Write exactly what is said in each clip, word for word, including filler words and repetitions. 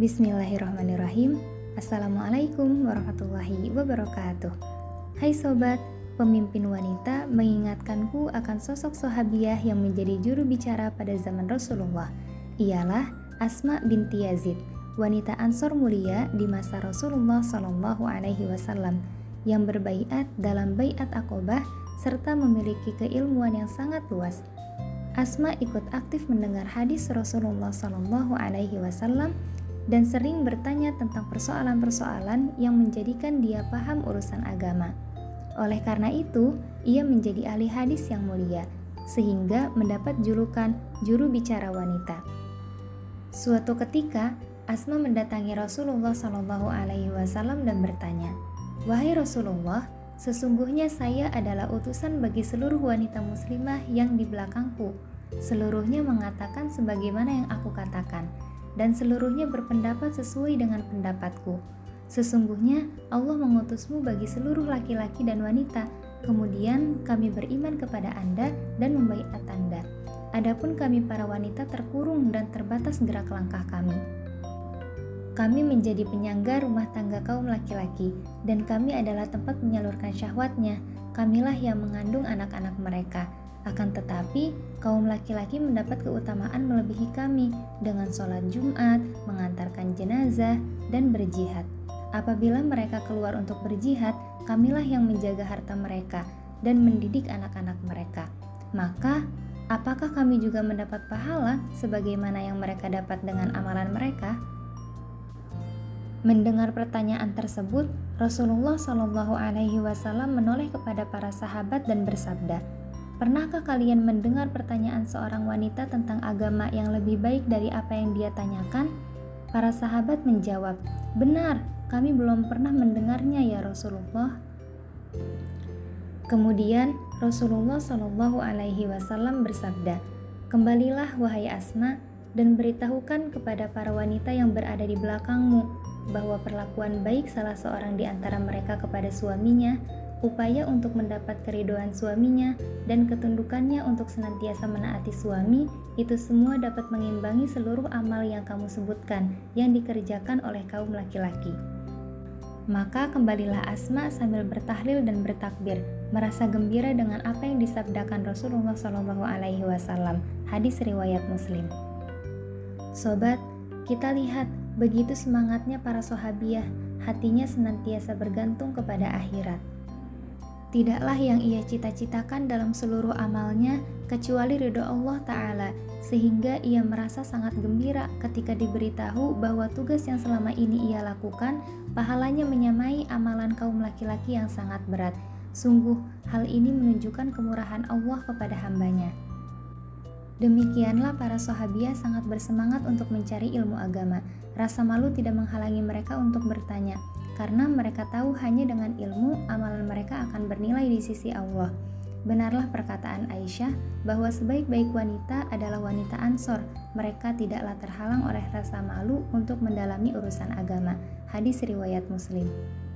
Bismillahirrahmanirrahim. Assalamualaikum warahmatullahi wabarakatuh. Hai sobat, pemimpin wanita mengingatkanku akan sosok sahabiah yang menjadi juru bicara pada zaman Rasulullah. Ialah Asma binti Yazid, wanita Ansor mulia di masa Rasulullah Shallallahu Alaihi Wasallam yang berbaiat dalam baiat Aqobah serta memiliki keilmuan yang sangat luas. Asma ikut aktif mendengar hadis Rasulullah Shallallahu Alaihi Wasallam dan sering bertanya tentang persoalan-persoalan yang menjadikan dia paham urusan agama. Oleh karena itu, ia menjadi ahli hadis yang mulia, sehingga mendapat julukan juru bicara wanita. Suatu ketika, Asma mendatangi Rasulullah Shallallahu Alaihi Wasallam dan bertanya, "Wahai Rasulullah, sesungguhnya saya adalah utusan bagi seluruh wanita muslimah yang di belakangku. Seluruhnya mengatakan sebagaimana yang aku katakan, dan seluruhnya berpendapat sesuai dengan pendapatku. Sesungguhnya Allah mengutusmu bagi seluruh laki-laki dan wanita. Kemudian kami beriman kepada Anda dan membaiat Anda. Adapun kami para wanita terkurung dan terbatas gerak langkah kami. Kami menjadi penyangga rumah tangga kaum laki-laki, dan kami adalah tempat menyalurkan syahwatnya. Kamilah yang mengandung anak-anak mereka. Akan tetapi, kaum laki-laki mendapat keutamaan melebihi kami dengan sholat Jumat, mengantarkan jenazah, dan berjihad. Apabila mereka keluar untuk berjihad, kamilah yang menjaga harta mereka dan mendidik anak-anak mereka. Maka, apakah kami juga mendapat pahala sebagaimana yang mereka dapat dengan amalan mereka?" Mendengar pertanyaan tersebut, Rasulullah Shallallahu Alaihi Wasallam menoleh kepada para sahabat dan bersabda, "Pernahkah kalian mendengar pertanyaan seorang wanita tentang agama yang lebih baik dari apa yang dia tanyakan?" Para sahabat menjawab, "Benar, kami belum pernah mendengarnya ya Rasulullah." Kemudian Rasulullah Shallallahu Alaihi Wasallam bersabda, "Kembalilah wahai Asma dan beritahukan kepada para wanita yang berada di belakangmu bahwa perlakuan baik salah seorang di antara mereka kepada suaminya, upaya untuk mendapat keridhaan suaminya, dan ketundukannya untuk senantiasa menaati suami, itu semua dapat mengimbangi seluruh amal yang kamu sebutkan yang dikerjakan oleh kaum laki-laki." Maka kembalilah Asma sambil bertahlil dan bertakbir, merasa gembira dengan apa yang disabdakan Rasulullah Shallallahu Alaihi Wasallam. Hadis riwayat Muslim. Sobat, kita lihat begitu semangatnya para sahabiah, hatinya senantiasa bergantung kepada akhirat. Tidaklah yang ia cita-citakan dalam seluruh amalnya kecuali ridho Allah Ta'ala, sehingga ia merasa sangat gembira ketika diberitahu bahwa tugas yang selama ini ia lakukan pahalanya menyamai amalan kaum laki-laki yang sangat berat. Sungguh, hal ini menunjukkan kemurahan Allah kepada hambanya. Demikianlah para sahabiah sangat bersemangat untuk mencari ilmu agama. Rasa malu tidak menghalangi mereka untuk bertanya, karena mereka tahu hanya dengan ilmu amalan mereka akan bernilai di sisi Allah. Benarlah perkataan Aisyah bahwa sebaik-baik wanita adalah wanita Ansor. Mereka tidaklah terhalang oleh rasa malu untuk mendalami urusan agama. Hadis riwayat Muslim.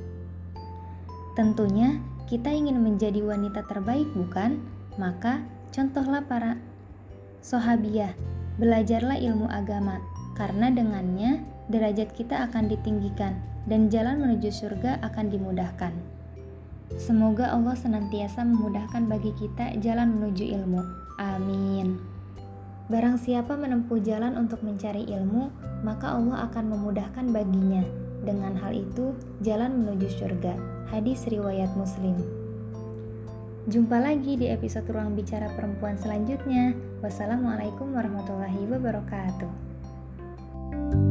Tentunya kita ingin menjadi wanita terbaik, bukan? Maka contohlah para sahabiah, belajarlah ilmu agama, karena dengannya derajat kita akan ditinggikan dan jalan menuju surga akan dimudahkan. Semoga Allah senantiasa memudahkan bagi kita jalan menuju ilmu. Amin. Barang siapa menempuh jalan untuk mencari ilmu, maka Allah akan memudahkan baginya. Dengan hal itu, jalan menuju surga. Hadis riwayat Muslim. Jumpa lagi di episode Ruang Bicara Perempuan selanjutnya. Wassalamualaikum warahmatullahi wabarakatuh.